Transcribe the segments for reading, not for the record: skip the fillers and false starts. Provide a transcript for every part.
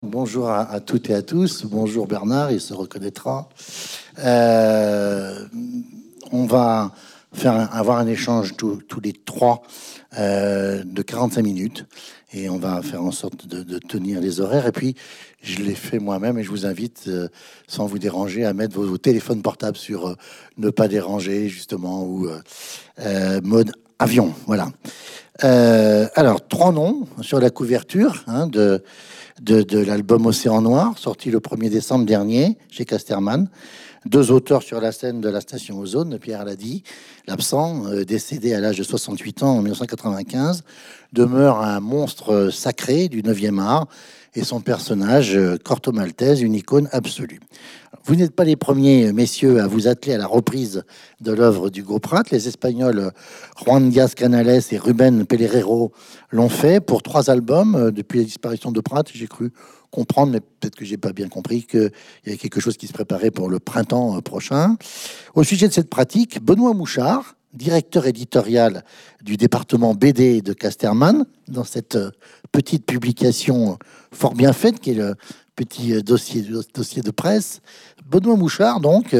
Bonjour à toutes et à tous. Bonjour Bernard, il se reconnaîtra. On va avoir un échange tous les trois de 45 minutes et on va faire en sorte de tenir les horaires. Et puis, je l'ai fait moi-même et je vous invite, sans vous déranger, à mettre vos téléphones portables sur ne pas déranger, justement, ou mode avion. Voilà. Alors, 3 noms sur la couverture de l'album Océan Noir, sorti le 1er décembre dernier chez Casterman. 2 auteurs sur la scène de la station Ozone, Pierre Lady, l'absent, décédé à l'âge de 68 ans en 1995, demeure un monstre sacré du 9e art, et son personnage, Corto Maltese, une icône absolue. Vous n'êtes pas les premiers, messieurs, à vous atteler à la reprise de l'œuvre d'Hugo Pratt. Les Espagnols Juan Diaz Canales et Rubén Pelerero l'ont fait pour 3 albums depuis la disparition de Pratt. J'ai cru comprendre, mais peut-être que j'ai pas bien compris, qu'il y avait quelque chose qui se préparait pour le printemps prochain. Au sujet de cette pratique, Benoît Mouchard, directeur éditorial du département BD de Casterman, dans cette petite publication fort bien faite, qui est le petit dossier de presse. Benoît Mouchard, donc,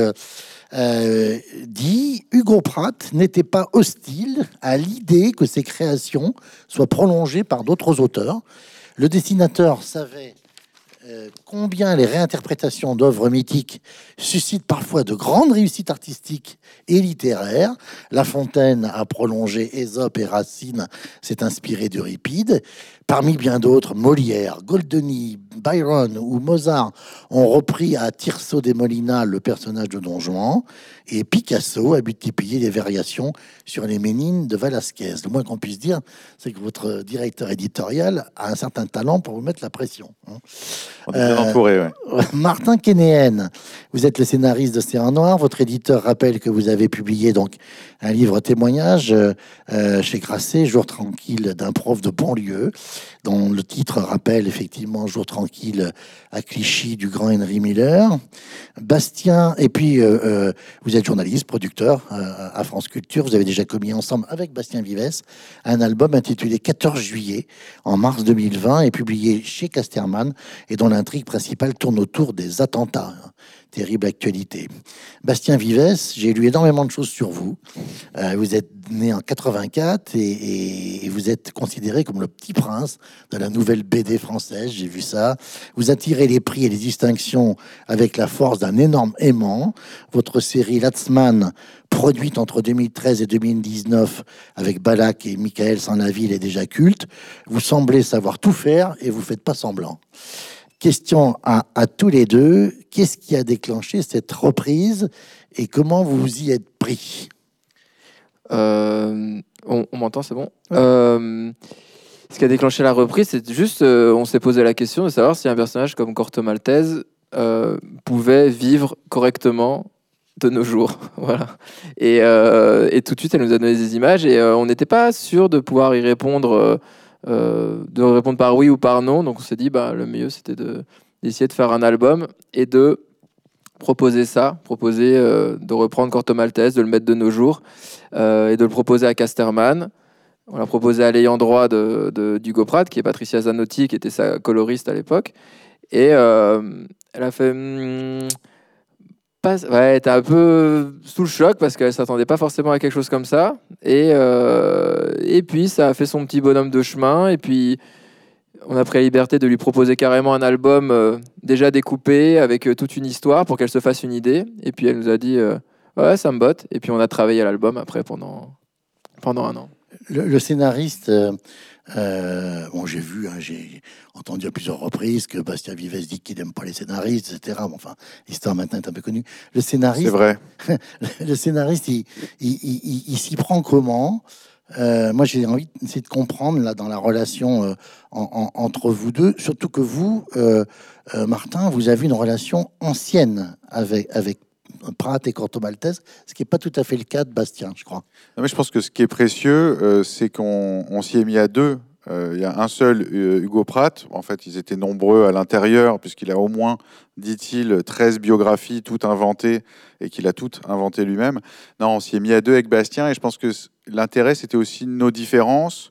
dit « Hugo Pratt n'était pas hostile à l'idée que ses créations soient prolongées par d'autres auteurs. Le dessinateur savait combien les réinterprétations d'œuvres mythiques suscitent parfois de grandes réussites artistiques et littéraires. La Fontaine a prolongé Ésope et Racine s'est inspiré d'Euripide. Parmi bien d'autres, Molière, Goldoni, Byron ou Mozart ont repris à Tirso de Molina le personnage de Don Juan, et Picasso a multiplié les variations sur les Ménines de Velasquez. Le moins qu'on puisse dire, c'est que votre directeur éditorial a un certain talent pour vous mettre la pression. On est bien entouré, ouais. Martin Kénéen, vous êtes le scénariste d'Océan Noir. Votre éditeur rappelle que vous avez publié donc un livre témoignage chez Grasset, Jour tranquille d'un prof de banlieue, dont le titre rappelle effectivement Jour tranquille à Clichy du grand Henry Miller. Bastien, et puis vous êtes journaliste, producteur à France Culture. Vous avez déjà commis ensemble avec Bastien Vives un album intitulé 14 juillet en mars 2020 et publié chez Casterman, et dont l'intrigue principale tourne autour des attentats. Terrible actualité. Bastien Vives, j'ai lu énormément de choses sur vous. Vous êtes né en 84 et vous êtes considéré comme le petit prince de la nouvelle BD française. J'ai vu ça. Vous attirez les prix et les distinctions avec la force d'un énorme aimant. Votre série Latsman, produite entre 2013 et 2019 avec Balak et Michael Sans-la-Ville, est déjà culte. Vous semblez savoir tout faire et vous faites pas semblant. Question à tous les deux, qu'est-ce qui a déclenché cette reprise et comment vous vous y êtes pris? On m'entend, c'est bon? Ce qui a déclenché la reprise, c'est juste, on s'est posé la question de savoir si un personnage comme Corto Maltese pouvait vivre correctement de nos jours. Voilà. Et tout de suite, elle nous a donné des images et on n'était pas sûr de pouvoir y répondre. De répondre par oui ou par non, donc on s'est dit le mieux c'était d'essayer de faire un album et de proposer de reprendre Corto Maltese, de le mettre de nos jours et de le proposer à Casterman. On l'a proposé à l'ayant droit d'Hugo Pratt, qui est Patricia Zanotti, qui était sa coloriste à l'époque, et elle a fait elle était un peu sous le choc parce qu'elle s'attendait pas forcément à quelque chose comme ça, et puis ça a fait son petit bonhomme de chemin, et puis on a pris la liberté de lui proposer carrément un album déjà découpé avec toute une histoire pour qu'elle se fasse une idée, et puis elle nous a dit ouais, ça me botte, et puis on a travaillé à l'album après pendant 1 an. Le scénariste, j'ai entendu à plusieurs reprises que Bastien Vives dit qu'il n'aime pas les scénaristes, etc. Bon, enfin, l'histoire maintenant est un peu connue. Le scénariste, c'est vrai. Le scénariste, il s'y prend comment? Moi, j'ai envie d'essayer de comprendre là dans la relation entre vous deux, surtout que vous, Martin, vous avez une relation ancienne avec Pratt et Corto Maltese, ce qui n'est pas tout à fait le cas de Bastien, je crois. Non, mais je pense que ce qui est précieux, c'est qu'on s'y est mis à 2. Il y a un seul Hugo Pratt. En fait, ils étaient nombreux à l'intérieur, puisqu'il a au moins, dit-il, 13 biographies, toutes inventées, et qu'il a toutes inventées lui-même. Non, on s'y est mis à 2 avec Bastien, et je pense que l'intérêt, c'était aussi nos différences.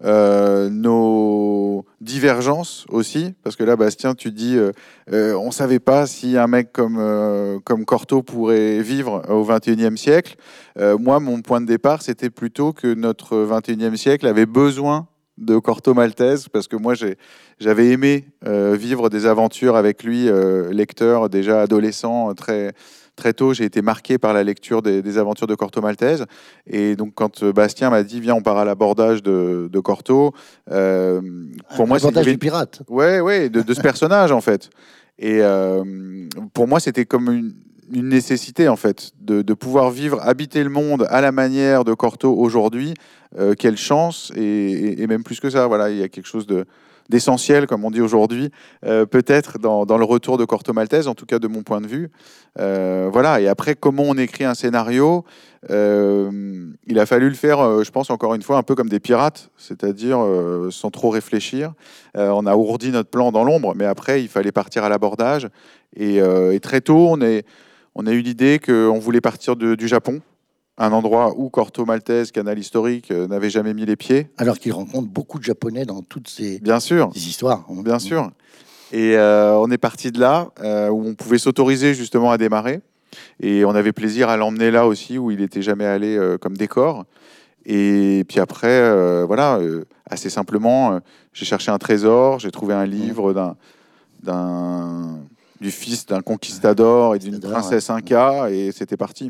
nos divergences aussi, parce que là, Bastien, tu dis, on ne savait pas si un mec comme Cortot pourrait vivre au XXIe siècle. Moi, mon point de départ, c'était plutôt que notre XXIe siècle avait besoin de Corto Maltese, parce que moi, j'avais aimé vivre des aventures avec lui, lecteur, déjà adolescent, très tôt, j'ai été marqué par la lecture des aventures de Corto Maltese. Et donc, quand Bastien m'a dit, viens, on part à l'abordage de Corto, pour moi, l'abordage du pirate. Ouais, de ce personnage, en fait. Et pour moi, c'était comme une nécessité, en fait, de pouvoir vivre, habiter le monde à la manière de Corto aujourd'hui. Quelle chance, et même plus que ça. Voilà, il y a quelque chose d'essentiel, comme on dit aujourd'hui, peut-être dans le retour de Corto Maltese, en tout cas de mon point de vue. Voilà. Et après, comment on écrit un scénario, il a fallu le faire, je pense, encore une fois, un peu comme des pirates, c'est-à-dire sans trop réfléchir. On a ourdi notre plan dans l'ombre, mais après, il fallait partir à l'abordage. Et très tôt, on a eu l'idée qu'on voulait partir du Japon, un endroit où Corto Maltese, canal historique, n'avait jamais mis les pieds. Alors qu'il rencontre beaucoup de Japonais dans toutes ces histoires. Bien sûr. Et on est parti de là, où on pouvait s'autoriser justement à démarrer. Et on avait plaisir à l'emmener là aussi, où il n'était jamais allé comme décor. Et puis après, voilà, assez simplement, j'ai cherché un trésor, j'ai trouvé un livre du fils d'un conquistador et d'une princesse inca, et c'était parti.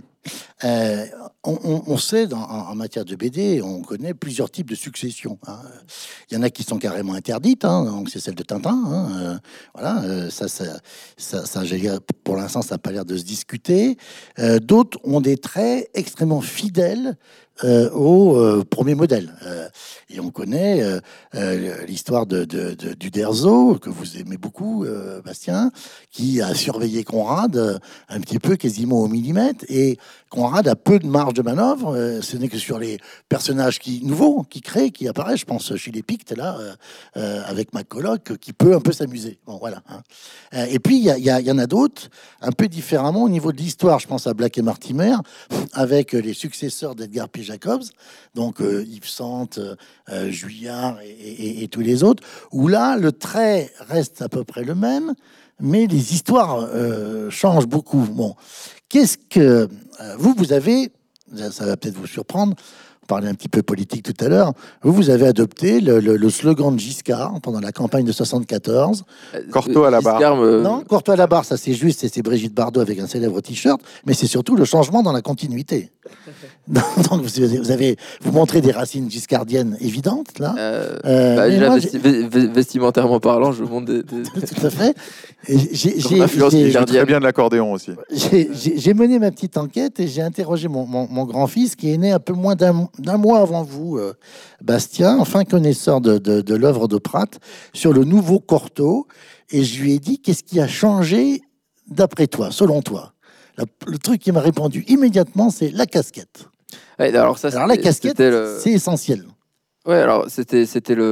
On sait, en matière de BD, on connaît plusieurs types de successions. Hein. Il y en a qui sont carrément interdites, hein, donc c'est celle de Tintin. Hein, voilà, ça j'allais dire, pour l'instant, ça n'a pas l'air de se discuter. D'autres ont des traits extrêmement fidèles au premier modèle. Et on connaît l'histoire d'Uderzo, que vous aimez beaucoup, Bastien, qui a surveillé Conrad un petit peu, quasiment au millimètre. Et Conrad a peu de marge de manœuvre. Ce n'est que sur les personnages nouveaux, qui créent, qui apparaissent. Je pense chez les Pictes, là, avec ma coloc, qui peut un peu s'amuser. Bon, voilà. Hein. Et puis, il y en a d'autres, un peu différemment au niveau de l'histoire. Je pense à Black et Mortimer, avec les successeurs d'Edgar P. Jacobs, donc Yves Sante, Juillard et tous les autres, où là, le trait reste à peu près le même, mais les histoires changent beaucoup. Bon, qu'est-ce que vous avez, ça va peut-être vous surprendre, on parlait un petit peu politique tout à l'heure, vous avez adopté le slogan de Giscard pendant la campagne de 74. Cortot à la barre. Non, Cortot à la barre, ça c'est juste, c'est Brigitte Bardot avec un célèbre t-shirt, mais c'est surtout le changement dans la continuité. Donc vous montrez des racines giscardiennes évidentes, là. Vestimentairement parlant, je montre des... Tout à fait. J'ai très bien de l'accordéon aussi. J'ai mené ma petite enquête et j'ai interrogé mon grand-fils qui est né un peu moins d'un mois avant vous, Bastien, enfin connaisseur de l'œuvre de Pratt, sur le nouveau Cortot. Et je lui ai dit, qu'est-ce qui a changé d'après toi, selon toi? Le truc qui m'a répondu immédiatement, c'est la casquette. Ouais, alors la casquette, c'est essentiel. Ouais, alors c'était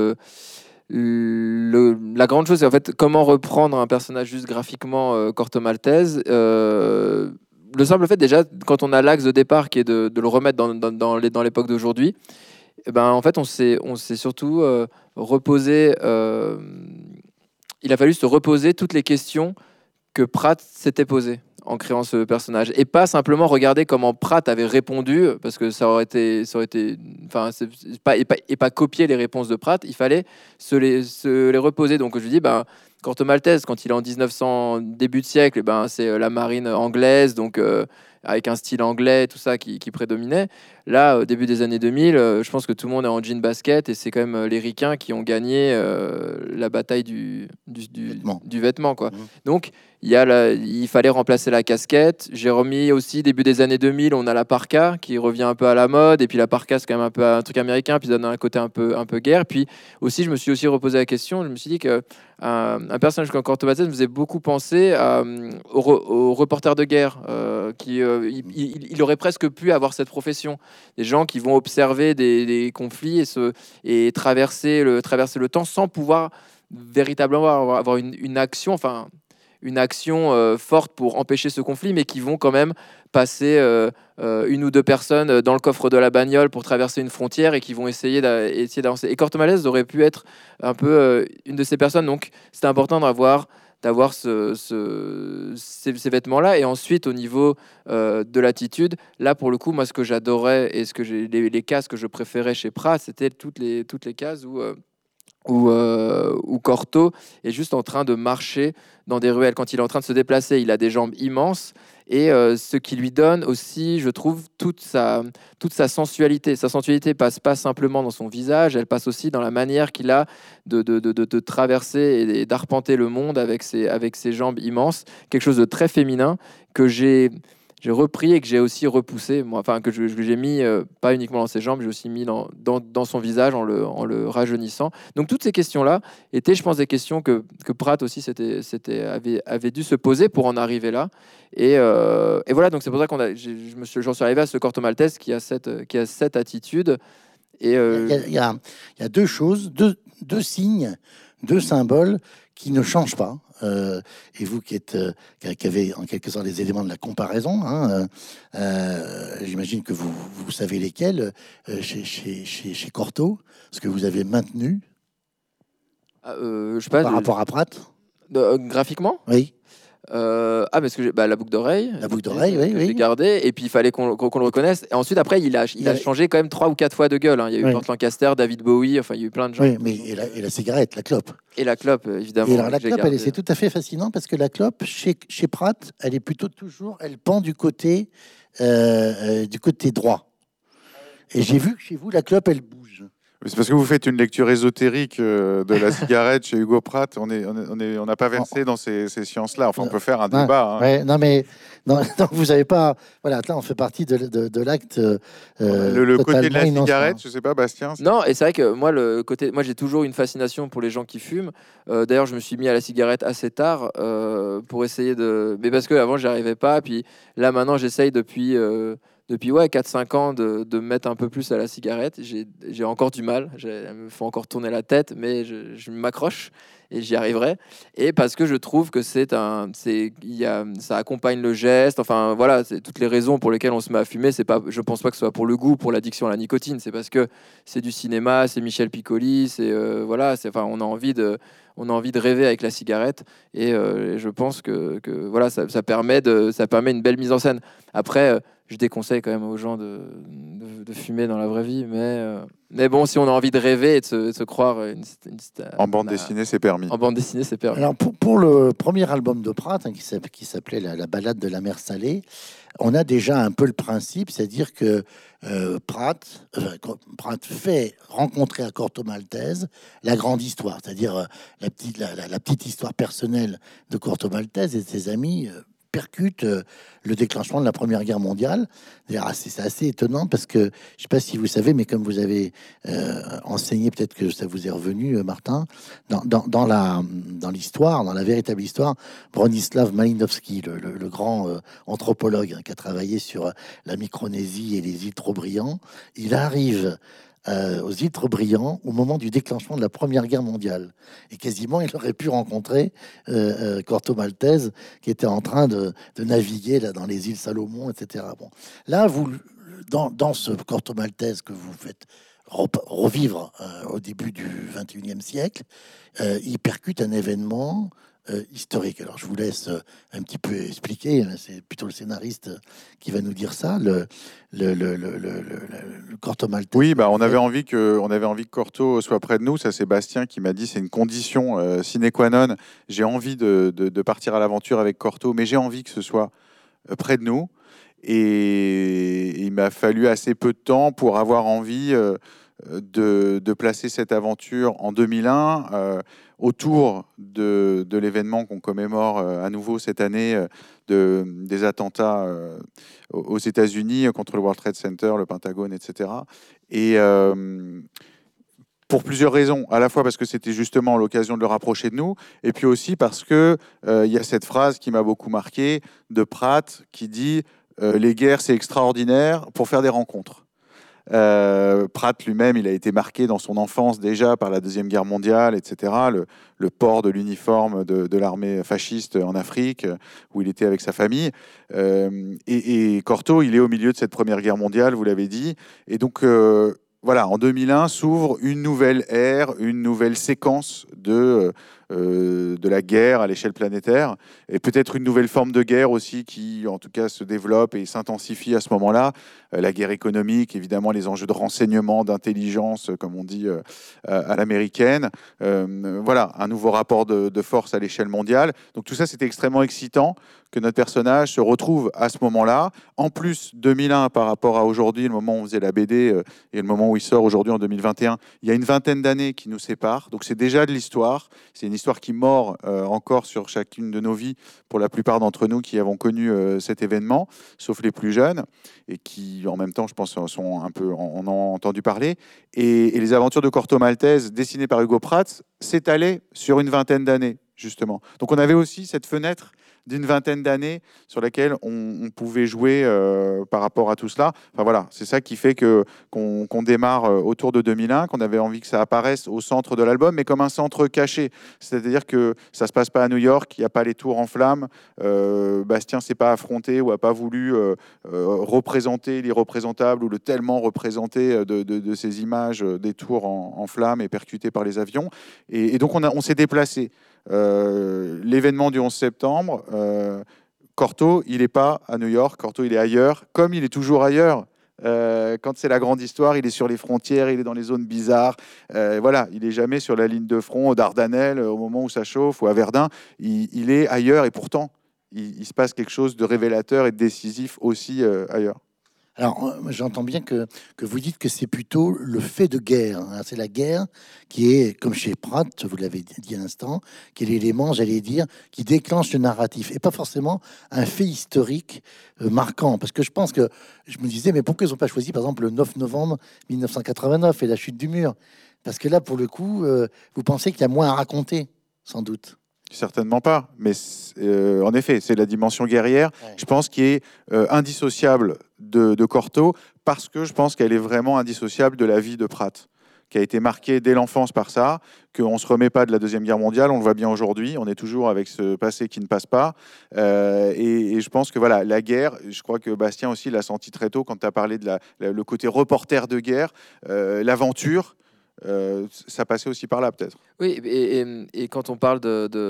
la grande chose, c'est en fait comment reprendre un personnage juste graphiquement Corto Maltese. Le simple fait déjà, quand on a l'axe de départ qui est de le remettre dans l'époque d'aujourd'hui, en fait on s'est surtout reposé. Il a fallu se reposer toutes les questions que Pratt s'était posées en créant ce personnage, et pas simplement regarder comment Pratt avait répondu, parce que ça aurait été pas copier les réponses de Pratt. Il fallait se les reposer. Donc je lui dis, Corto Maltese, quand il est en 1900 début de siècle, c'est la marine anglaise, donc avec un style anglais, tout ça qui prédominait. Là, au début des années 2000, je pense que tout le monde est en jean basket, et c'est quand même les ricains qui ont gagné la bataille du vêtement, quoi. Donc il fallait remplacer la casquette. J'ai remis aussi, début des années 2000, on a la parka qui revient un peu à la mode, et puis la parka c'est quand même un peu un truc américain, puis ça donne un côté un peu guerre. Puis aussi, je me suis aussi reposé la question, je me suis dit que un personnage comme Corto Maltese me faisait beaucoup penser aux reporters de guerre, il aurait presque pu avoir cette profession, des gens qui vont observer des conflits et traverser le temps sans pouvoir véritablement avoir une action, enfin une action forte pour empêcher ce conflit, mais qui vont quand même passer une ou deux personnes dans le coffre de la bagnole pour traverser une frontière et qui vont essayer d'avancer. Et Corto Maltese aurait pu être un peu une de ces personnes, donc c'était important d'avoir ces vêtements-là. Et ensuite, au niveau de l'attitude, là, pour le coup, moi, ce que j'adorais et les cases que je préférais chez Prat, c'était toutes les cases où Corto est juste en train de marcher dans des ruelles. Quand il est en train de se déplacer, il a des jambes immenses. Et ce qui lui donne aussi, je trouve, toute sa sensualité. Sa sensualité passe pas simplement dans son visage, elle passe aussi dans la manière qu'il a de traverser et d'arpenter le monde avec ses jambes immenses. Quelque chose de très féminin que j'ai repris et que j'ai aussi repoussé, moi, enfin que j'ai mis pas uniquement dans ses jambes, j'ai aussi mis dans son visage en le rajeunissant. Donc toutes ces questions-là étaient, je pense, des questions que Prat aussi avait dû se poser pour en arriver là. Et voilà, donc c'est pour ça j'en suis arrivé à ce Corto Maltese qui a cette attitude. Et il y a deux choses, deux signes, deux symboles qui ne changent pas. Et vous qui avez en quelque sorte les éléments de la comparaison, j'imagine que vous savez lesquels chez Corto, ce que vous avez maintenu je sais pas, par rapport à Prat. Graphiquement. Oui. Parce que la boucle d'oreille. La boucle d'oreille, oui. J'ai gardé, et puis il fallait qu'on le reconnaisse. Et ensuite, après, il a changé quand même 3 ou 4 fois de gueule. Il y a eu Burt Lancaster, David Bowie, enfin, il y a eu plein de gens. Oui, mais et la cigarette, la clope. Et la clope, évidemment. Et alors, la clope, c'est tout à fait fascinant parce que la clope, chez Prat, elle est plutôt toujours, elle pend du côté droit. Et j'ai vu que chez vous, la clope, elle bouge. C'est parce que vous faites une lecture ésotérique de la cigarette chez Hugo Pratt. On n'a pas versé dans ces sciences-là. Enfin, on peut faire un débat. Ouais, non, vous n'avez pas. Voilà, là, on fait partie de l'acte. Le côté de la cigarette, je ne sais pas, Bastien. Non, et c'est vrai que moi, j'ai toujours une fascination pour les gens qui fument. D'ailleurs, je me suis mis à la cigarette assez tard pour essayer de. Mais parce que avant, j'y arrivais pas. Puis là, maintenant, j'essaye depuis 4-5 ans de me mettre un peu plus à la cigarette. J'ai encore du mal, il me faut encore tourner la tête, mais je m'accroche et j'y arriverai. Et parce que je trouve que ça accompagne le geste. Enfin voilà, c'est toutes les raisons pour lesquelles on se met à fumer. C'est pas, je pense pas que ce soit pour le goût, pour l'addiction à la nicotine. C'est parce que c'est du cinéma, c'est Michel Piccoli, enfin on a envie de rêver avec la cigarette. Et je pense que voilà, ça permet une belle mise en scène. Après, je déconseille quand même aux gens de fumer dans la vraie vie, mais bon, si on a envie de rêver et de se croire en bande dessinée, c'est permis. En bande dessinée, c'est permis. Alors pour le premier album de Prat, qui s'appelait la balade de la mer Salée, on a déjà un peu le principe, c'est-à-dire que Prat fait rencontrer à Corto Maltese la grande histoire, c'est-à-dire la petite histoire personnelle de Corto Maltese et de ses amis. Percute le déclenchement de la Première Guerre mondiale. C'est assez étonnant parce que, je ne sais pas si vous savez, mais comme vous avez enseigné, peut-être que ça vous est revenu, Martin, dans l'histoire, dans la véritable histoire, Bronislaw Malinowski, le grand anthropologue qui a travaillé sur la Micronésie et les îles Trobriand, il arrive aux îles Trobriand au moment du déclenchement de la Première Guerre mondiale. Et quasiment, il aurait pu rencontrer Corto Maltese, qui était en train de naviguer là, dans les îles Salomon, etc. Bon. Là, dans ce Corto Maltese que vous faites revivre au début du XXIe siècle, il percute un événement historique. Alors, je vous laisse un petit peu expliquer. C'est plutôt le scénariste qui va nous dire ça. Le Corto Maltese. Oui, on avait envie que Corto soit près de nous. Ça, c'est Bastien qui m'a dit, c'est une condition sine qua non. J'ai envie de partir à l'aventure avec Corto, mais j'ai envie que ce soit près de nous. Et il m'a fallu assez peu de temps pour avoir envie de placer cette aventure en 2001 autour de l'événement qu'on commémore à nouveau cette année des attentats aux États-Unis contre le World Trade Center, le Pentagone, etc. Et pour plusieurs raisons, à la fois parce que c'était justement l'occasion de le rapprocher de nous, et puis aussi parce que y a cette phrase qui m'a beaucoup marqué de Prat qui dit les guerres c'est extraordinaire pour faire des rencontres. Pratt lui-même, il a été marqué dans son enfance déjà par la Deuxième Guerre mondiale, etc. Le port de l'uniforme de l'armée fasciste en Afrique, où il était avec sa famille. Et Cortot, il est au milieu de cette Première Guerre mondiale, vous l'avez dit. Et donc, voilà, en 2001 s'ouvre une nouvelle ère, une nouvelle séquence de la guerre à l'échelle planétaire, et peut-être une nouvelle forme de guerre aussi qui, en tout cas, se développe et s'intensifie à ce moment-là. La guerre économique, évidemment, les enjeux de renseignement, d'intelligence, comme on dit à l'américaine. Voilà, un nouveau rapport de force à l'échelle mondiale. Donc tout ça, c'était extrêmement excitant que notre personnage se retrouve à ce moment-là. En plus, 2001 par rapport à aujourd'hui, le moment où on faisait la BD et le moment où il sort aujourd'hui en 2021, il y a une vingtaine d'années qui nous séparent. Donc c'est déjà de l'histoire. C'est une histoire qui mord encore sur chacune de nos vies pour la plupart d'entre nous qui avons connu cet événement, sauf les plus jeunes, et qui en même temps, je pense, sont un peu, en ont entendu parler. Et les aventures de Corto Maltese, dessinées par Hugo Pratt, s'étalaient sur une vingtaine d'années, justement. Donc on avait aussi cette fenêtre d'une vingtaine d'années sur laquelle on pouvait jouer par rapport à tout cela. Enfin voilà, c'est ça qui fait qu'on démarre autour de 2001, qu'on avait envie que ça apparaisse au centre de l'album, mais comme un centre caché. C'est-à-dire que ça se passe pas à New York, il n'y a pas les tours en flammes. Bastien s'est pas affronté ou a pas voulu représenter l'irreprésentable ou le tellement représenté de ces images des tours en flammes et percutées par les avions. Et donc on s'est déplacé. L'événement du 11 septembre, Corto, il n'est pas à New York, Corto, il est ailleurs, comme il est toujours ailleurs. Quand c'est la grande histoire, il est sur les frontières, il est dans les zones bizarres. Voilà, il n'est jamais sur la ligne de front, aux Dardanelles, au moment où ça chauffe, ou à Verdun. Il est ailleurs, et pourtant, il se passe quelque chose de révélateur et de décisif aussi ailleurs. Alors, j'entends bien que vous dites que c'est plutôt le fait de guerre, hein. C'est la guerre qui est, comme chez Pratt, vous l'avez dit à l'instant, qui est l'élément, j'allais dire, qui déclenche le narratif, et pas forcément un fait historique marquant. Parce que je pense que, je me disais, mais pourquoi ils n'ont pas choisi, par exemple, le 9 novembre 1989 et la chute du mur? Parce que là, pour le coup, vous pensez qu'il y a moins à raconter, sans doute. Certainement pas, mais en effet, c'est la dimension guerrière, Ouais. je pense, qui est indissociable de Corto, parce que je pense qu'elle est vraiment indissociable de la vie de Pratt, qui a été marquée dès l'enfance par ça, qu'on ne se remet pas de la Deuxième Guerre mondiale, on le voit bien aujourd'hui, on est toujours avec ce passé qui ne passe pas, et je pense que voilà, la guerre, je crois que Bastien aussi l'a senti très tôt quand tu as parlé de le côté reporter de guerre, l'aventure, ça passait aussi par là peut-être. Oui, et quand on parle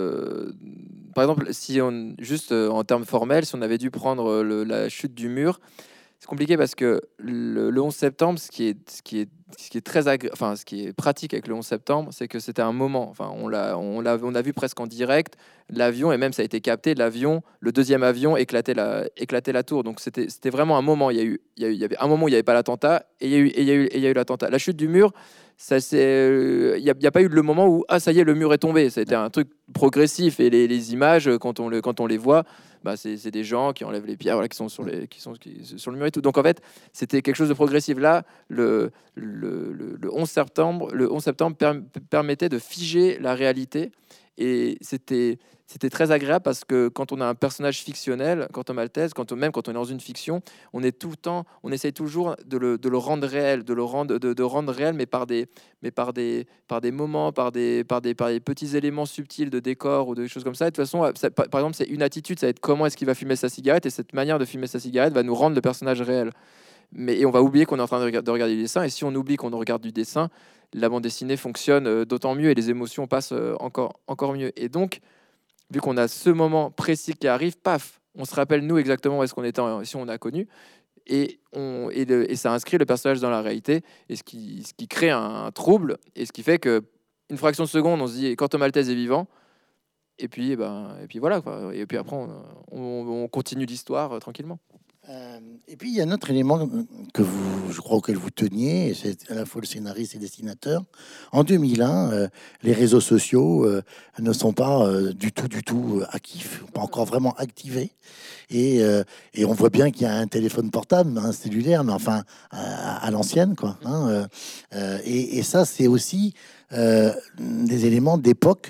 par exemple, si on juste en termes formels, si on avait dû prendre la chute du mur, c'est compliqué parce que le 11 septembre, ce qui est très enfin, ce qui est pratique avec le 11 septembre, c'est que c'était un moment. Enfin, on a vu presque en direct l'avion, et même ça a été capté, l'avion, le deuxième avion éclatait la tour. Donc c'était vraiment un moment. Il y avait un moment où il n'y avait pas l'attentat, et il y a eu l'attentat. La chute du mur, ça c'est, il y a pas eu le moment où ça y est, le mur est tombé. C'était un truc progressif, et les images quand on les voit, bah c'est des gens qui enlèvent les pierres, voilà, qui sont sur le mur et tout. Donc en fait, c'était quelque chose de progressif. Là, le 11 septembre, permettait de figer la réalité, et c'était très agréable parce que quand on a un personnage fictionnel, Maltese, quand on est dans une fiction, on est tout le temps, on essaye toujours de le rendre réel, de rendre réel, mais par des moments, par des petits éléments subtils de décor ou de choses comme ça. Et de toute façon, par exemple, c'est une attitude, ça va être comment est-ce qu'il va fumer sa cigarette, et cette manière de fumer sa cigarette va nous rendre le personnage réel. Et on va oublier qu'on est en train de regarder du dessin, et si on oublie qu'on regarde du dessin, la bande dessinée fonctionne d'autant mieux, et les émotions passent encore mieux. Et donc, vu qu'on a ce moment précis qui arrive, paf, on se rappelle nous exactement où est-ce qu'on était si on a connu, et ça inscrit le personnage dans la réalité, et ce qui crée un trouble, et ce qui fait que une fraction de seconde, on se dit Corto Maltese est vivant, et puis voilà, quoi. Et puis après on continue l'histoire tranquillement. Et puis il y a un autre élément je crois auquel vous teniez, et c'est à la fois le scénariste et le dessinateur. En 2001, les réseaux sociaux ne sont pas du tout actifs, pas encore vraiment activés, et on voit bien qu'il y a un téléphone portable, un cellulaire, mais enfin à l'ancienne, quoi. Hein, et ça, c'est aussi des éléments d'époque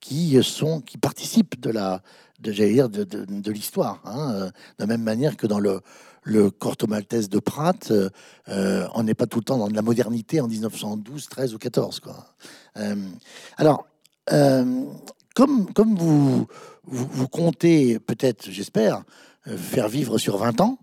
qui participent de l'histoire. Hein, de la même manière que dans le Corto Maltese de Pratt, on n'est pas tout le temps dans de la modernité en 1912, 13 ou 14. Quoi. Alors, comme vous comptez, peut-être, j'espère, faire vivre sur 20 ans,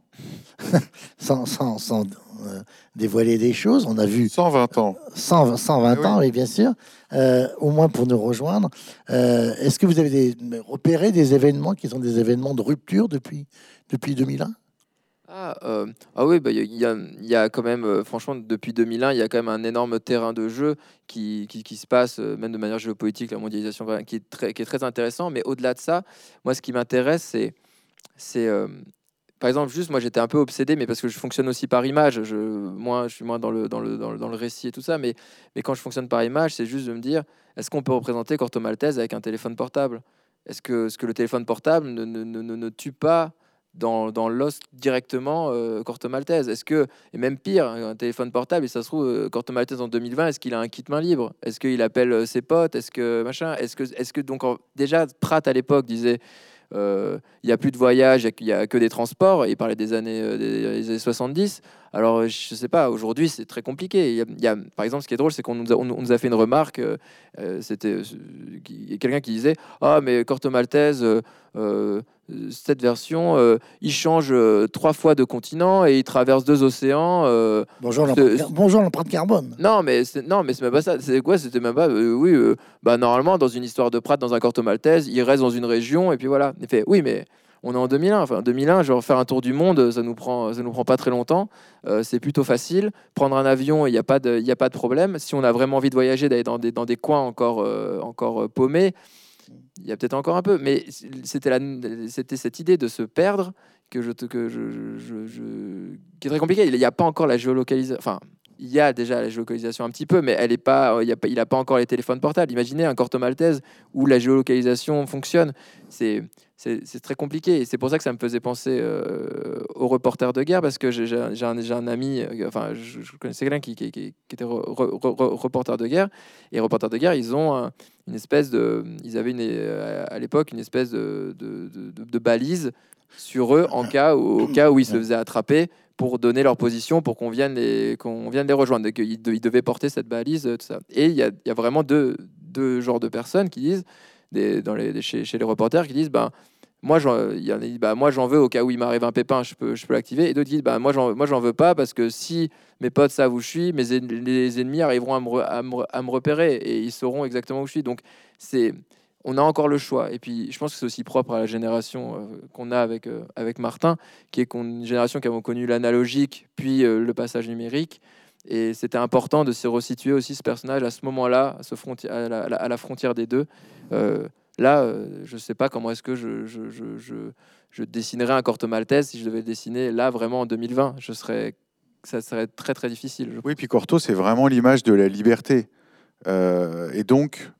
sans dévoiler des choses, on a vu 120 ans. 120 Oui. ans, oui, bien sûr, au moins pour nous rejoindre. Est-ce que vous avez repéré des événements qui sont des événements de rupture depuis 2001? Oui, bah, il y a quand même, franchement, depuis 2001, il y a quand même un énorme terrain de jeu qui se passe, même de manière géopolitique, la mondialisation, voilà, qui est très intéressant. Mais au-delà de ça, moi, ce qui m'intéresse, c'est par exemple, juste, moi, j'étais un peu obsédé, mais parce que je fonctionne aussi par image. Je suis moins dans le récit et tout ça, mais quand je fonctionne par image, c'est juste de me dire, est-ce qu'on peut représenter Corto Maltese avec un téléphone portable? Est-ce que le téléphone portable ne tue pas dans l'os directement Corto Maltese? Et même pire, un téléphone portable, et ça se trouve, Corto Maltese en 2020, est-ce qu'il a un kit main libre? Est-ce qu'il appelle ses potes? Est-ce que machin? Déjà, Pratt à l'époque disait, il n'y a plus de voyage, il n'y a que des transports. Il parlait des des années 70. Alors, je ne sais pas, aujourd'hui, c'est très compliqué. Par exemple, ce qui est drôle, c'est qu'on nous a fait une remarque. C'était quelqu'un qui disait, ah, mais Corto Maltese, cette version, il change 3 fois de continent et il traverse 2 océans. Bonjour l'empreinte carbone. Non, mais c'est même pas ça. C'est quoi? C'était même pas. Oui, bah normalement, dans une histoire de Pratt, dans un Corto Maltese, il reste dans une région et puis voilà. Il fait, oui, mais on est en 2001. Enfin, 2001, genre faire un tour du monde, ça nous prend pas très longtemps. C'est plutôt facile. Prendre un avion, il y a pas de problème. Si on a vraiment envie de voyager, d'aller dans des coins encore paumés, il y a peut-être encore un peu. Mais c'était cette idée de se perdre qui est très compliquée. Il n'y a pas encore la géolocalisation. Enfin, il y a déjà la géolocalisation un petit peu, mais elle est pas, il n'a pas encore les téléphones portables. Imaginez un Corto Maltese où la géolocalisation fonctionne. C'est très compliqué. Et c'est pour ça que ça me faisait penser aux reporters de guerre, parce que j'ai un ami, enfin, je connaissais quelqu'un qui était reporter de guerre. Et reporters de guerre, ils ont ils avaient à l'époque une espèce de balise sur eux au cas où ils se faisaient attraper, pour donner leur position, pour qu'on vienne les rejoindre. Donc, ils devaient porter cette balise, tout ça. Et il y a vraiment deux genres de personnes qui disent, chez les reporters, qui disent, moi j'en veux au cas où il m'arrive un pépin, je peux l'activer. Et d'autres disent, moi j'en veux pas, parce que si mes potes savent où je suis, les ennemis arriveront à me repérer et ils sauront exactement où je suis. Donc on a encore le choix. Et puis, je pense que c'est aussi propre à la génération qu'on a avec Martin, qui est une génération qui a connu l'analogique, puis le passage numérique. Et c'était important de se resituer aussi ce personnage à ce moment-là, à la frontière des deux. Je ne sais pas comment est-ce que je dessinerais un Corto Maltese si je devais le dessiner là, vraiment en 2020. Ça serait très, très difficile. Oui, puis Corto, c'est vraiment l'image de la liberté. Et donc,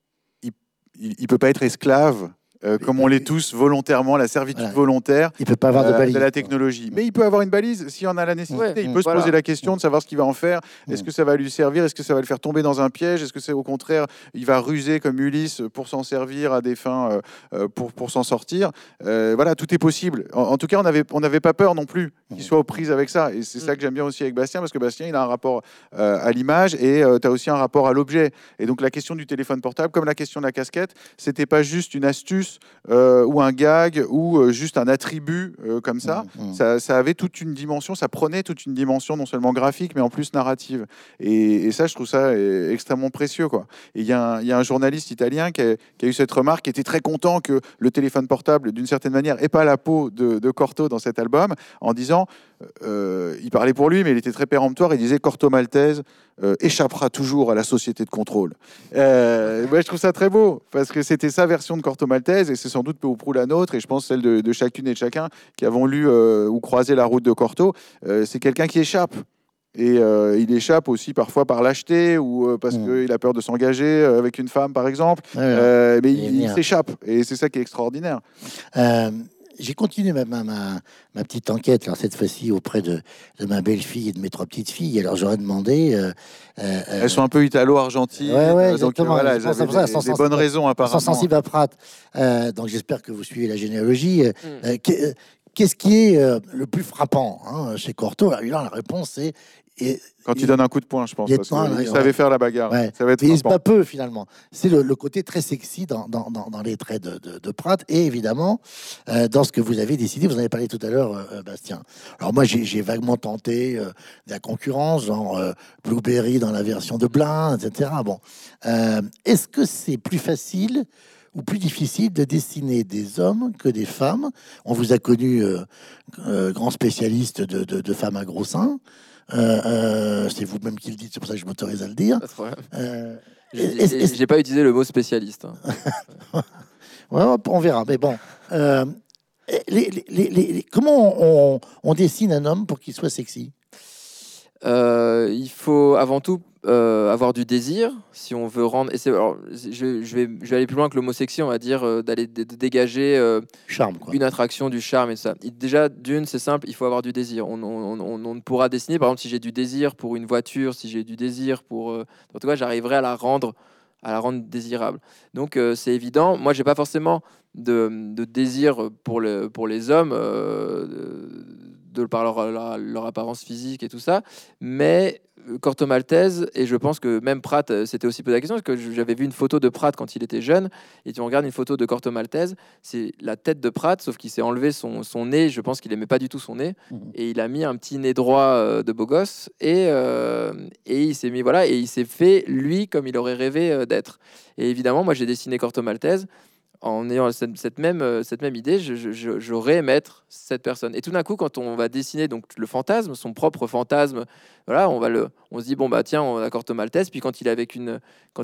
il peut pas être esclave, comme on l'est tous volontairement, la servitude volontaire il peut pas avoir de balise, de la technologie. Mais il peut avoir une balise si on a la nécessité. Ouais, il peut se poser la question de savoir ce qu'il va en faire. Est-ce que ça va lui servir? Est-ce que ça va le faire tomber dans un piège? Est-ce que c'est au contraire, il va ruser comme Ulysse pour s'en servir à des fins, pour s'en sortir? Voilà, tout est possible. En tout cas, on n'avait pas peur non plus qu'il soit aux prises avec ça. Et c'est ça que j'aime bien aussi avec Bastien, parce que Bastien, il a un rapport à l'image, et tu as aussi un rapport à l'objet. Et donc la question du téléphone portable, comme la question de la casquette, c'était pas juste une astuce ou un gag ou juste un attribut comme ça. Ça avait toute une dimension, ça prenait toute une dimension non seulement graphique, mais en plus narrative. Et ça, je trouve ça extrêmement précieux, quoi. Et il y a un journaliste italien qui a eu cette remarque, qui était très content que le téléphone portable, d'une certaine manière, ait pas la peau de Corto dans cet album, en disant, il parlait pour lui, mais il était très péremptoire, il disait Corto Maltese échappera toujours à la société de contrôle. Je trouve ça très beau, parce que c'était sa version de Corto Maltese, et c'est sans doute peu ou prou la nôtre, et je pense celle de chacune et de chacun qui avons lu ou croisé la route de Corto. C'est quelqu'un qui échappe. Et il échappe aussi parfois par lâcheté, ou parce qu'il a peur de s'engager avec une femme, par exemple. Mais il s'échappe, et c'est ça qui est extraordinaire. j'ai continué ma petite enquête, alors cette fois-ci auprès de ma belle-fille et de mes 3 petites filles. Alors j'aurais demandé. Elles sont un peu italo-argentines, Ouais, donc exactement. voilà, Je elles pense à avaient ça, elles sont des bonnes raisons elles sont apparemment. sensibles à Pratt. Donc j'espère que vous suivez la généalogie. Mm. Qu'est-ce qui est le plus frappant chez Corto? Alors, là, la réponse est. Quand il donne un coup de poing, je pense, parce qu'il savait faire la bagarre. Ouais. Ça va être Mais il se frappant. bat peu finalement. C'est le côté très sexy dans les traits de Pratt et évidemment dans ce que vous avez décidé. Vous en avez parlé tout à l'heure, Bastien. Alors moi j'ai vaguement tenté de la concurrence, genre Blueberry dans la version de Blin, etc. Bon, est-ce que c'est plus facile ou plus difficile de dessiner des hommes que des femmes? On vous a connu grand spécialiste de femmes à gros seins. C'est vous-même qui le dites, c'est pour ça que je m'autorise à le dire. Pas de problème. Est-ce- J'ai pas utilisé le mot spécialiste. Hein. Ouais, on verra, mais bon. Comment on dessine un homme pour qu'il soit sexy? Il faut avant tout avoir du désir si on veut rendre. Et alors, je vais aller plus loin que le mot sexy, on va dire d'aller de dégager Charme, quoi. une attraction, du charme et tout ça. Déjà, d'une, c'est simple, il faut avoir du désir. On ne pourra dessiner, par exemple, si j'ai du désir pour une voiture, si j'ai du désir pour. En tout cas, j'arriverai à la rendre désirable. Donc, c'est évident. Moi, j'ai pas forcément de désir pour les hommes. Par leur apparence physique et tout ça, mais Corto Maltese, et je pense que même Pratt s'était aussi posé la question, parce que j'avais vu une photo de Pratt quand il était jeune, et tu regardes une photo de Corto Maltese, c'est la tête de Pratt, sauf qu'il s'est enlevé son nez, je pense qu'il aimait pas du tout son nez, et il a mis un petit nez droit de beau gosse, et il s'est mis, voilà, et il s'est fait, lui, comme il aurait rêvé d'être. Et évidemment, moi j'ai dessiné Corto Maltese, en ayant cette même idée, j'aurais aimé être cette personne. Et tout d'un coup, quand on va dessiner donc le fantasme, son propre fantasme, voilà, on se dit bon bah tiens, on a Corto Maltese. Puis quand il est avec une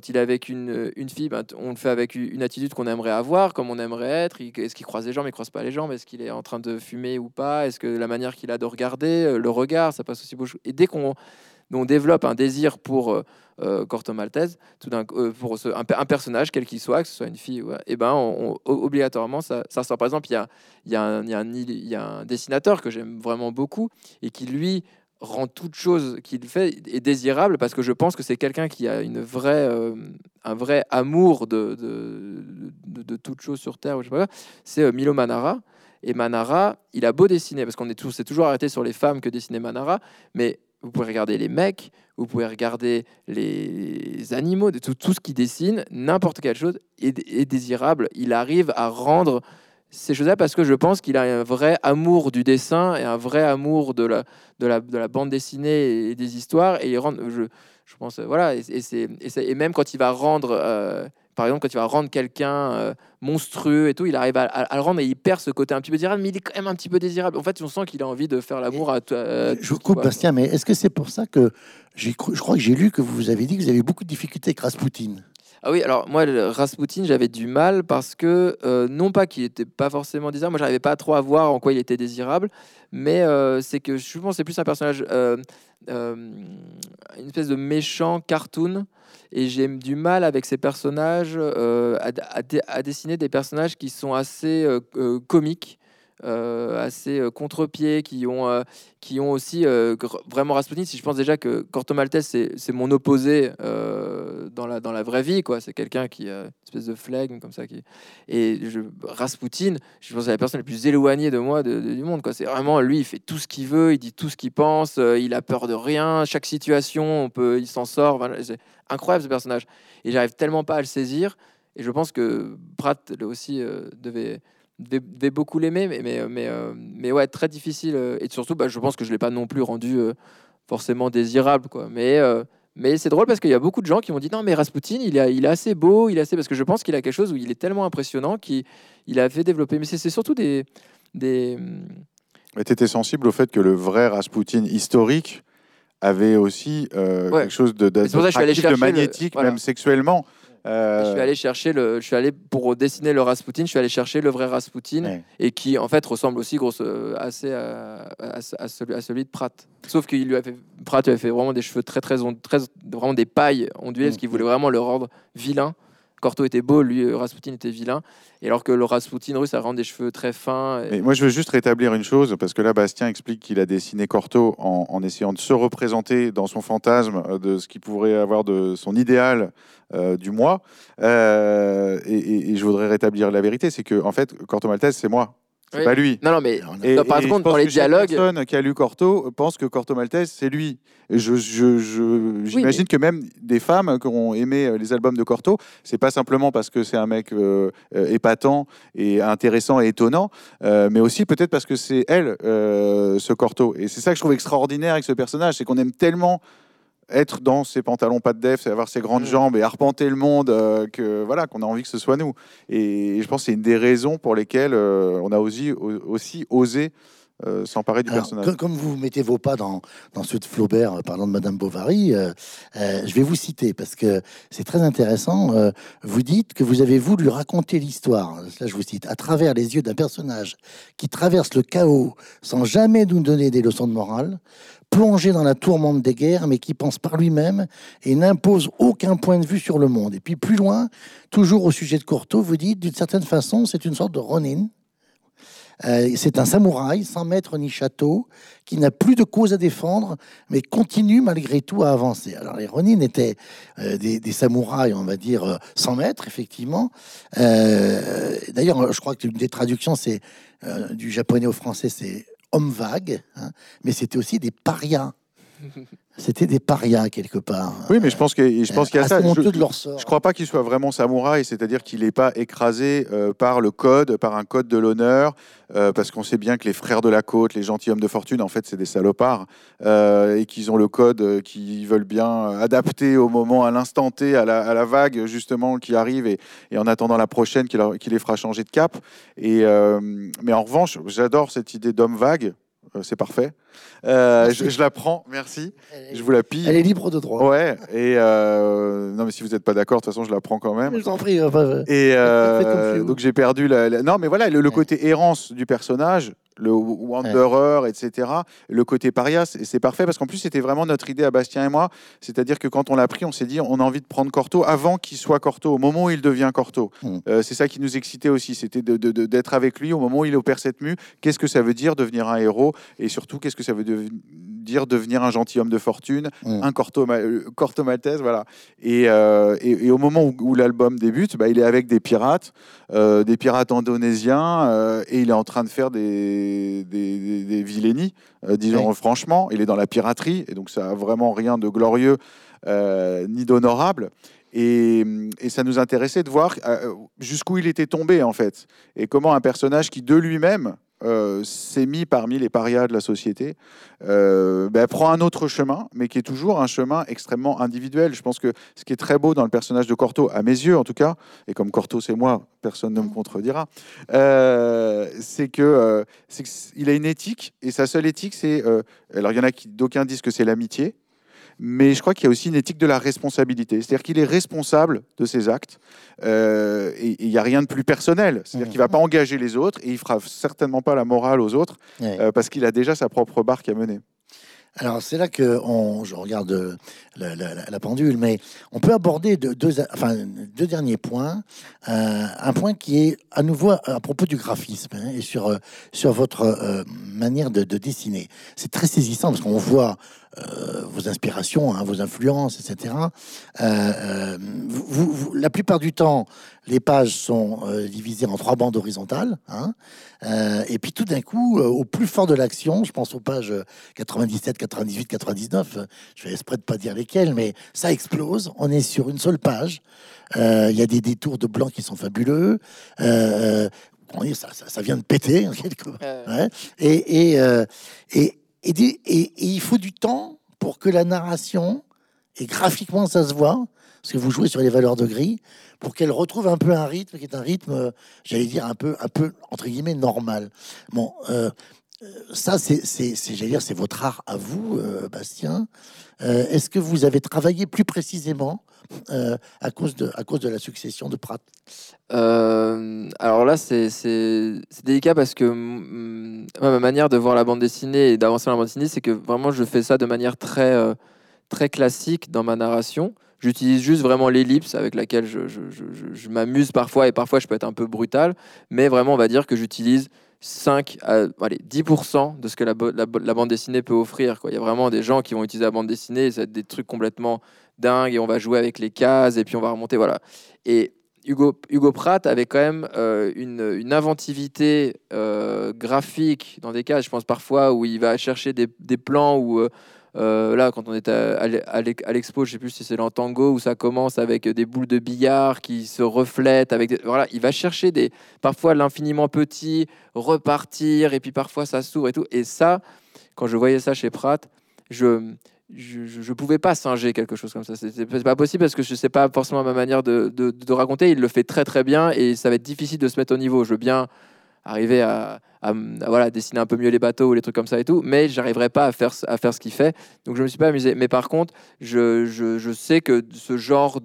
fille, bah, on le fait avec une attitude qu'on aimerait avoir, comme on aimerait être. Est-ce qu'il croise les jambes, il croise pas les jambes? Est-ce qu'il est en train de fumer ou pas? Est-ce que la manière qu'il a de regarder, le regard, ça passe aussi beaucoup. Et dès qu'on développe un désir pour Corto Maltese, pour un personnage, quel qu'il soit, que ce soit une fille, ouais, et ben obligatoirement, ça sort. Par exemple, il y a un dessinateur que j'aime vraiment beaucoup et qui, lui, rend toute chose qu'il fait est désirable parce que je pense que c'est quelqu'un qui a un vrai amour de toute chose sur Terre. Ou je sais pas, c'est Milo Manara. Et Manara, il a beau dessiner, parce qu'on s'est toujours arrêté sur les femmes que dessinait Manara, mais vous pouvez regarder les mecs, vous pouvez regarder les animaux, tout ce qu'il dessine, n'importe quelle chose est désirable. Il arrive à rendre ces choses-là parce que je pense qu'il a un vrai amour du dessin et un vrai amour de la bande dessinée et des histoires. Et il rend, je pense, voilà, et même quand il va rendre... par exemple, quand il va rendre quelqu'un monstrueux et tout, il arrive à le rendre et il perd ce côté un petit peu désirable, mais il est quand même un petit peu désirable. En fait, on sent qu'il a envie de faire l'amour à Je vous coupe, Bastien, mais est-ce que c'est pour ça que je crois que j'ai lu que vous avez dit que vous avez eu beaucoup de difficultés avec Rasputin? Ah oui, alors moi, Rasputin, j'avais du mal parce que, non pas qu'il était pas forcément désirable, moi j'arrivais pas trop à voir en quoi il était désirable, mais c'est que je pense que c'est plus un personnage, une espèce de méchant cartoon, et j'ai du mal avec ces personnages, à dessiner des personnages qui sont assez comiques. Assez contre-pied, qui ont aussi vraiment Rasputin. Si je pense déjà que Corto Maltese, c'est mon opposé dans la vraie vie, quoi. C'est quelqu'un qui a une espèce de flegme comme ça. Rasputin, je pense que c'est la personne la plus éloignée de moi du monde, quoi. C'est vraiment lui, il fait tout ce qu'il veut, il dit tout ce qu'il pense, il a peur de rien. Chaque situation, il s'en sort. Enfin, c'est incroyable ce personnage. Et j'arrive tellement pas à le saisir. Et je pense que Pratt aussi devait beaucoup l'aimer, mais ouais, très difficile. Et surtout, bah, je pense que je l'ai pas non plus rendu forcément désirable, quoi. Mais c'est drôle parce qu'il y a beaucoup de gens qui m'ont dit non, mais Rasputin, il est assez beau, parce que je pense qu'il a quelque chose où il est tellement impressionnant qu'il a fait développer. Mais c'est surtout des. Mais tu étais sensible au fait que le vrai Rasputin historique avait aussi quelque chose de magnétique, voilà. même sexuellement. Je suis allé pour dessiner le Rasputin, je suis allé chercher le vrai Rasputin, ouais. Et qui en fait ressemble aussi assez à celui de Pratt. Sauf que Pratt lui avait fait vraiment des cheveux très vraiment des pailles ondulées, parce qu'il voulait vraiment le rendre vilain. Corto était beau, lui, Rasputin était vilain. Et alors que le Rasputin russe a vraiment des cheveux très fins. Mais moi, je veux juste rétablir une chose, parce que là, Bastien explique qu'il a dessiné Corto en essayant de se représenter dans son fantasme de ce qu'il pourrait avoir de son idéal du moi. Et je voudrais rétablir la vérité, c'est que en fait, Corto Maltese, c'est moi. C'est pas lui. Non, mais Et par je contre, pense dans les que chaque dialogues. personne qui a lu Corto pense que Corto Maltese, c'est lui. Et j'imagine que même des femmes qui ont aimé les albums de Corto, c'est pas simplement parce que c'est un mec épatant et intéressant et étonnant, mais aussi peut-être parce que c'est elle, ce Corto. Et c'est ça que je trouve extraordinaire avec ce personnage, c'est qu'on aime tellement être dans ses pantalons pas de def, avoir ses grandes jambes et arpenter le monde, que voilà, qu'on a envie que ce soit nous. Et je pense que c'est une des raisons pour lesquelles on a aussi osé s'emparer du personnage. Comme vous mettez vos pas dans ceux de Flaubert, parlant de Madame Bovary, je vais vous citer parce que c'est très intéressant. Vous dites que vous avez voulu raconter l'histoire, là je vous cite, à travers les yeux d'un personnage qui traverse le chaos sans jamais nous donner des leçons de morale, plongé dans la tourmente des guerres, mais qui pense par lui-même et n'impose aucun point de vue sur le monde. Et puis plus loin, toujours au sujet de Corto, vous dites, d'une certaine façon, c'est une sorte de Ronin. C'est un samouraï sans maître ni château qui n'a plus de cause à défendre, mais continue malgré tout à avancer. Alors les Ronin étaient des samouraïs, on va dire, sans maître, effectivement. D'ailleurs, je crois que l'une des traductions, c'est du japonais au français, c'est homme vague, hein, mais c'était aussi des parias. C'était des parias quelque part. Oui, mais je pense qu'il y a ça. De leur sort. Je crois pas qu'il soit vraiment samouraï, c'est-à-dire qu'il n'est pas écrasé par le code, par un code de l'honneur, parce qu'on sait bien que les frères de la côte, les gentilshommes de fortune, en fait, c'est des salopards, et qu'ils ont le code qu'ils veulent bien adapter au moment, à l'instant T, à la vague justement qui arrive, et en attendant la prochaine qui les fera changer de cap. Mais en revanche, j'adore cette idée d'homme vague. C'est parfait. Je la prends, merci. Je vous la pille. Elle est libre de droit. Ouais. Et non, mais si vous n'êtes pas d'accord, de toute façon, je la prends quand même. Je t'en prie. Et donc j'ai perdu non, mais voilà, le côté errance du personnage, le wanderer, etc. Le côté paria, c'est parfait parce qu'en plus c'était vraiment notre idée à Bastien et moi. C'est-à-dire que quand on l'a pris, on s'est dit on a envie de prendre Corto avant qu'il soit Corto, au moment où il devient Corto. C'est ça qui nous excitait aussi, c'était d'être avec lui au moment où il opère cette mue. Qu'est-ce que ça veut dire devenir un héros et surtout qu'est-ce que ça veut dire devenir un gentilhomme de fortune, un Corto Maltese, voilà. Et au moment où l'album débute, il est avec des pirates indonésiens, et il est en train de faire des vilainies, disons franchement. Il est dans la piraterie, et donc ça a vraiment rien de glorieux ni d'honorable. Et ça nous intéressait de voir jusqu'où il était tombé, en fait, et comment un personnage qui, de lui-même, s'est mis parmi les parias de la société, prend un autre chemin, mais qui est toujours un chemin extrêmement individuel. Je pense que ce qui est très beau dans le personnage de Corto, à mes yeux en tout cas, et comme Corto c'est moi, personne ne me contredira, c'est qu'il a une éthique, et sa seule éthique, c'est... alors il y en a d'aucuns disent que c'est l'amitié, mais je crois qu'il y a aussi une éthique de la responsabilité. C'est-à-dire qu'il est responsable de ses actes, et il n'y a rien de plus personnel. C'est-à-dire qu'il ne va pas engager les autres, et il ne fera certainement pas la morale aux autres, parce qu'il a déjà sa propre barque à mener. Alors c'est là que je regarde la pendule, mais on peut aborder deux derniers points. Un point qui est à nouveau à propos du graphisme, hein, et sur votre manière de dessiner. C'est très saisissant parce qu'on voit vos inspirations, hein, vos influences, etc. La plupart du temps, les pages sont divisées en 3 bandes horizontales, hein, et puis tout d'un coup, au plus fort de l'action, je pense aux pages 97, 98, 99, je fais exprès de pas dire lesquelles, mais ça explose, on est sur une seule page, il y a des détours de blanc qui sont fabuleux, ça vient de péter, en quelque part, ouais. Et il faut du temps pour que la narration, et graphiquement ça se voit, parce que vous jouez sur les valeurs de gris, pour qu'elle retrouve un peu un rythme qui est un rythme, j'allais dire, un peu entre guillemets normal. Bon, ça j'allais dire, c'est votre art à vous, Bastien. Est-ce que vous avez travaillé plus précisément à cause de la succession de Pratt? Alors là, c'est délicat parce que ma manière de voir la bande dessinée et d'avancer dans la bande dessinée, c'est que vraiment je fais ça de manière très classique dans ma narration. J'utilise juste vraiment l'ellipse avec laquelle je m'amuse parfois, et parfois je peux être un peu brutal, mais vraiment on va dire que j'utilise 5 à 10% de ce que la bande dessinée peut offrir, quoi. Il y a vraiment des gens qui vont utiliser la bande dessinée, et ça va être des trucs complètement dingues, et on va jouer avec les cases, et puis on va remonter, voilà. Et Hugo Pratt avait quand même une inventivité graphique dans des cas, je pense parfois, où il va chercher des plans où, là, quand on était à l'expo, je sais plus si c'est dans Tango, où ça commence avec des boules de billard qui se reflètent. Voilà, il va chercher parfois l'infiniment petit, repartir, et puis parfois ça s'ouvre et tout. Et ça, quand je voyais ça chez Pratt, je pouvais pas singer quelque chose comme ça. C'est pas possible parce que je sais pas forcément ma manière de raconter. Il le fait très très bien et ça va être difficile de se mettre au niveau. Je veux bien arriver voilà, dessiner un peu mieux les bateaux ou les trucs comme ça et tout, mais j'arriverai pas à faire ce qu'il fait. Donc je me suis pas amusé. Mais par contre, je sais que ce genre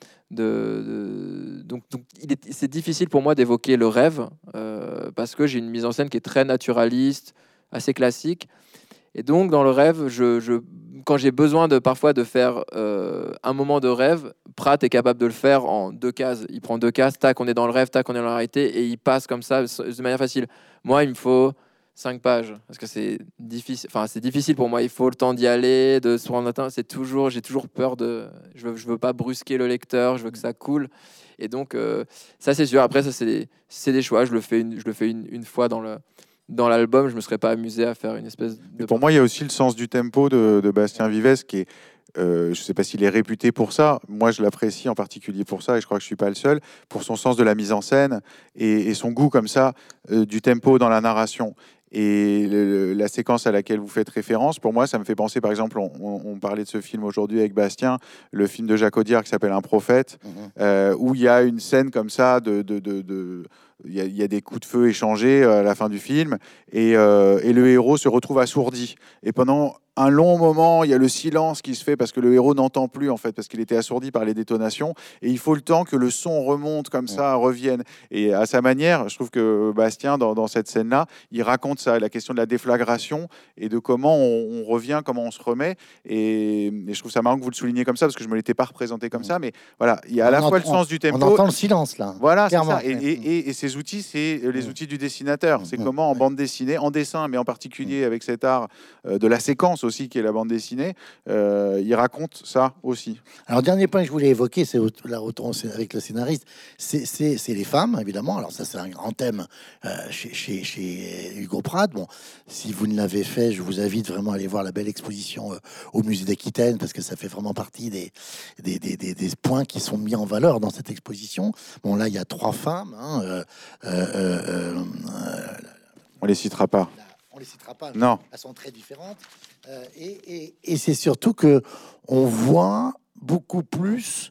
donc c'est difficile pour moi d'évoquer le rêve parce que j'ai une mise en scène qui est très naturaliste, assez classique. Et donc, dans le rêve, quand j'ai besoin parfois de faire un moment de rêve, Pratt est capable de le faire en 2 cases. Il prend 2 cases, tac, on est dans le rêve, tac, on est dans la réalité, et il passe comme ça de manière facile. Moi, il me faut 5 pages, parce que c'est difficile. Enfin, c'est difficile pour moi. Il faut le temps d'y aller, de se prendre le temps. J'ai toujours peur je veux pas brusquer le lecteur, je veux que ça coule. Et donc, ça, c'est sûr. Après, ça, c'est des choix. Je le fais une fois dans l'album, je me serais pas amusé à faire une espèce de... Pour moi, il y a aussi le sens du tempo de Bastien Vives qui est, je ne sais pas s'il est réputé pour ça. Moi, je l'apprécie en particulier pour ça, et je crois que je ne suis pas le seul, pour son sens de la mise en scène et son goût comme ça du tempo dans la narration. Et la séquence à laquelle vous faites référence, pour moi, ça me fait penser, par exemple, on parlait de ce film aujourd'hui avec Bastien, le film de Jacques Audiard qui s'appelle Un prophète, où il y a une scène comme ça il y a des coups de feu échangés à la fin du film et le héros se retrouve assourdi. Et pendant un long moment, il y a le silence qui se fait parce que le héros n'entend plus, en fait, parce qu'il était assourdi par les détonations. Et il faut le temps que le son remonte comme ça, revienne. Et à sa manière, je trouve que Bastien, dans cette scène-là, il raconte ça, la question de la déflagration et de comment on revient, comment on se remet. Et je trouve ça marrant que vous le souligniez comme ça, parce que je ne me l'étais pas représenté comme ça. Mais voilà, il y a à la fois le sens du tempo. On entend le silence, là. Voilà, c'est ça. Et ces outils, c'est les outils du dessinateur. C'est comment, en bande dessinée, en dessin, mais en particulier avec cet art de la séquence aussi, qui est la bande dessinée, il raconte ça aussi. Alors, dernier point que je voulais évoquer, c'est là, autant avec le scénariste, c'est les femmes, évidemment. Alors, ça, c'est un grand thème chez Hugo Pratt. Bon, si vous ne l'avez fait, je vous invite vraiment à aller voir la belle exposition au musée d'Aquitaine, parce que ça fait vraiment partie des points qui sont mis en valeur dans cette exposition. Bon, là, il y a 3 femmes. On les citera pas. On les citera pas. Non. Elles sont très différentes. Et c'est surtout que on voit beaucoup plus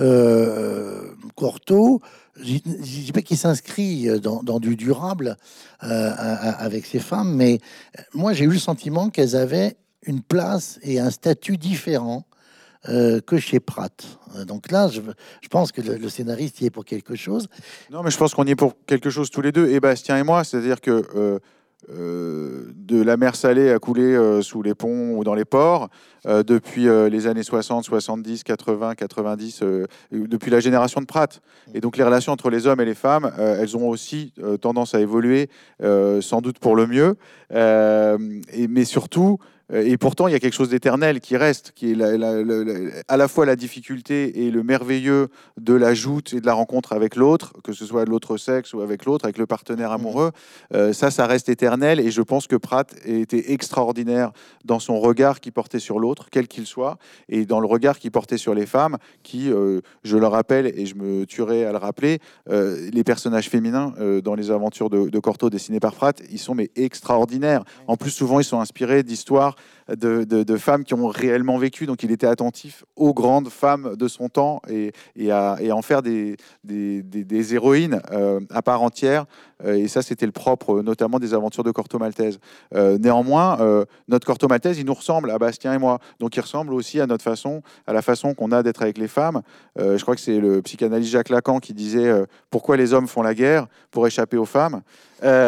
Corto. Je dis pas qu'il s'inscrit dans du durable avec ces femmes, mais moi j'ai eu le sentiment qu'elles avaient une place et un statut différent que chez Pratt. Donc là, je pense que le scénariste y est pour quelque chose. Non, mais je pense qu'on y est pour quelque chose tous les deux, et Bastien et moi. C'est-à-dire que de la mer Salée a coulé sous les ponts ou dans les ports depuis les années 60, 70, 80, 90, depuis la génération de Pratt. Et donc les relations entre les hommes et les femmes, elles ont aussi tendance à évoluer, sans doute pour le mieux, mais surtout... Et pourtant, il y a quelque chose d'éternel qui reste, qui est à la fois la difficulté et le merveilleux de la joute et de la rencontre avec l'autre, que ce soit de l'autre sexe ou avec l'autre, avec le partenaire amoureux. Ça reste éternel. Et je pense que Pratt était extraordinaire dans son regard qu'il portait sur l'autre, quel qu'il soit, et dans le regard qu'il portait sur les femmes, qui, je le rappelle, et je me tuerai à le rappeler, les personnages féminins dans les aventures de Corto dessinées par Pratt, ils sont mais extraordinaires. En plus, souvent, ils sont inspirés d'histoires de femmes qui ont réellement vécu. Donc il était attentif aux grandes femmes de son temps et à en faire des héroïnes à part entière. Et ça, c'était le propre, notamment des aventures de Corto Maltese. Néanmoins, notre Corto Maltese, il nous ressemble à Bastien et moi. Donc il ressemble aussi à la façon qu'on a d'être avec les femmes. Je crois que c'est le psychanalyste Jacques Lacan qui disait pourquoi les hommes font la guerre pour échapper aux femmes.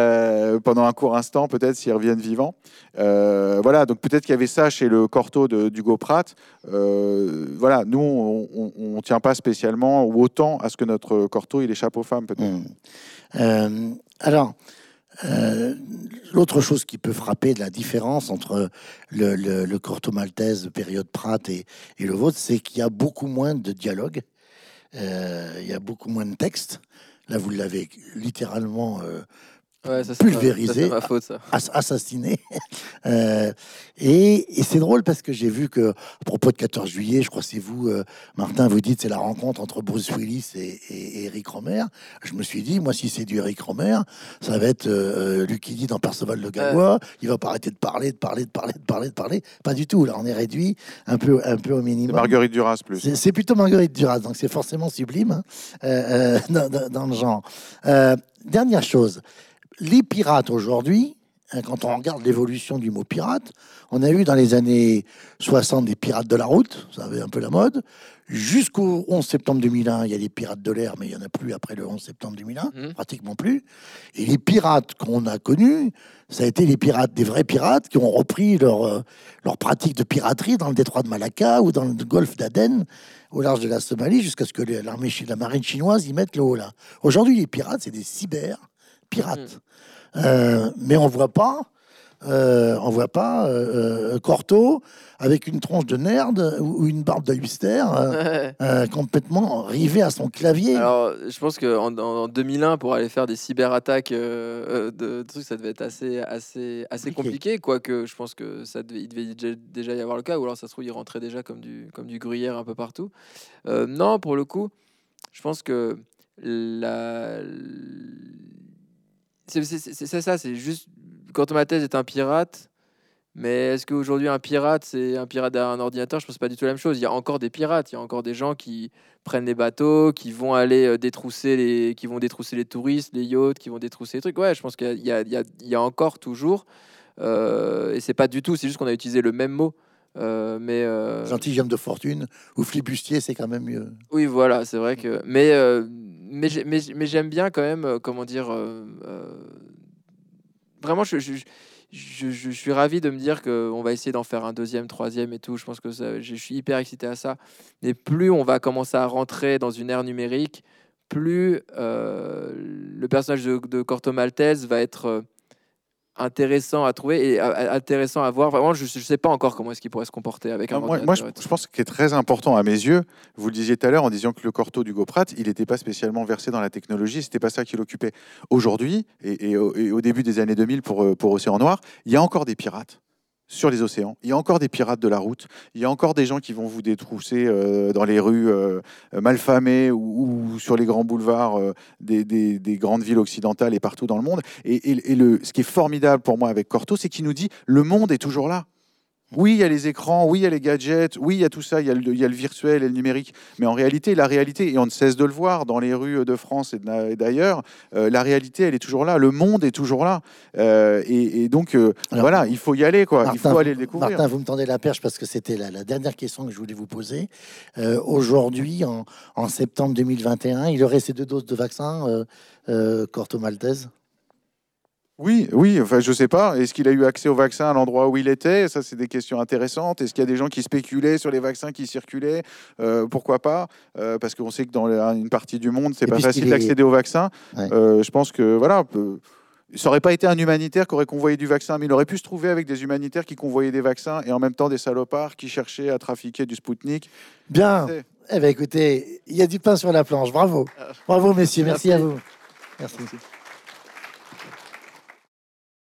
pendant un court instant, peut-être s'ils reviennent vivants. Voilà, donc peut-être qu'il y avait ça chez le Corto d'Hugo Pratt. Voilà, nous, on ne tient pas spécialement ou autant à ce que notre Corto il échappe aux femmes, peut-être. Alors, l'autre chose qui peut frapper de la différence entre le Corto Maltese période Pratt et le vôtre, c'est qu'il y a beaucoup moins de dialogue, il y a beaucoup moins de texte. Là, vous l'avez littéralement pulvérisé, c'est ma faute, ça. assassiné. Et c'est drôle parce que j'ai vu que, à propos de 14 juillet, je crois que c'est vous, Martin, vous dites c'est la rencontre entre Bruce Willis et Eric Rohmer. Je me suis dit, moi, si c'est du Eric Rohmer, ça va être Lucky Lee dans Perceval le Gallois. Il va pas arrêter de parler. Pas du tout. Là, on est réduit un peu au minimum. C'est Marguerite Duras, plus. C'est plutôt Marguerite Duras, donc c'est forcément sublime dans le genre. Dernière chose. Les pirates aujourd'hui, quand on regarde l'évolution du mot pirate, on a eu dans les années 60 des pirates de la route, ça avait un peu la mode. Jusqu'au 11 septembre 2001, il y a les pirates de l'air, mais il n'y en a plus après le 11 septembre 2001, pratiquement plus. Et les pirates qu'on a connus, ça a été les pirates, des vrais pirates, qui ont repris leur pratique de piraterie dans le détroit de Malacca ou dans le golfe d'Aden, au large de la Somalie, jusqu'à ce que la marine chinoise y mette le haut là. Aujourd'hui, les pirates, c'est des cyber-pirates. Mais on voit pas Corto avec une tronche de nerd ou une barbe d'Huster complètement rivée à son clavier. Alors, je pense qu'en 2001, pour aller faire des cyberattaques de trucs, ça devait être assez compliqué, quoique je pense que il devait déjà y avoir le cas, ou alors ça se trouve, il rentrait déjà comme du gruyère un peu partout. Non, pour le coup, je pense que c'est ça, c'est juste Corto Maltese est un pirate, mais est-ce qu'aujourd'hui un pirate c'est un pirate derrière un ordinateur? Je pense que c'est pas du tout la même chose. Il y a encore des pirates, il y a encore des gens qui prennent les bateaux, qui vont aller détrousser les touristes, les yachts, qui vont détrousser les trucs. Ouais, je pense qu'il y a encore toujours, et c'est pas du tout, c'est juste qu'on a utilisé le même mot. Gentilhomme de fortune ou flibustier, c'est quand même mieux. Oui, voilà, c'est vrai que. Mais j'aime bien quand même, comment dire. Vraiment, je suis ravi de me dire qu'on va essayer d'en faire un deuxième, troisième et tout. Je pense que je suis hyper excité à ça. Et plus on va commencer à rentrer dans une ère numérique, plus le personnage de Corto Maltese va être intéressant à trouver et intéressant à voir. Vraiment, je ne sais pas encore comment est-ce qu'il pourrait se comporter avec un ordinateur. Moi, je pense que ce qui est très important à mes yeux, vous le disiez tout à l'heure en disant que le Corto d'Hugo Pratt, il n'était pas spécialement versé dans la technologie, c'était pas ça qui l'occupait. Aujourd'hui, et au début des années 2000 pour Océan Noir, il y a encore des pirates sur les océans, il y a encore des pirates de la route, il y a encore des gens qui vont vous détrousser dans les rues malfamées ou sur les grands boulevards des grandes villes occidentales et partout dans le monde. Ce qui est formidable pour moi avec Corto, c'est qu'il nous dit le monde est toujours là. Oui, il y a les écrans, oui, il y a les gadgets, oui, il y a tout ça, il y a le virtuel et le numérique. Mais en réalité, la réalité, et on ne cesse de le voir dans les rues de France et d'ailleurs, la réalité, elle est toujours là. Le monde est toujours là. Donc, alors, voilà, il faut y aller, quoi. Martin, il faut aller le découvrir. Martin, vous me tendez la perche parce que c'était la dernière question que je voulais vous poser. Aujourd'hui, en septembre 2021, il aurait ces 2 doses de vaccin, Corto Maltese? Oui, enfin, je sais pas. Est-ce qu'il a eu accès au vaccin à l'endroit où il était? Ça, c'est des questions intéressantes. Est-ce qu'il y a des gens qui spéculaient sur les vaccins qui circulaient? Pourquoi pas? Parce qu'on sait que dans une partie du monde, c'est pas facile d'accéder au vaccin. Ouais. Je pense que voilà. Ça n'aurait pas été un humanitaire qui aurait convoyé du vaccin, mais il aurait pu se trouver avec des humanitaires qui convoyaient des vaccins et en même temps des salopards qui cherchaient à trafiquer du Spoutnik. Bien. Eh bien, écoutez, il y a du pain sur la planche. Bravo. Bravo, messieurs. Merci à vous. Merci.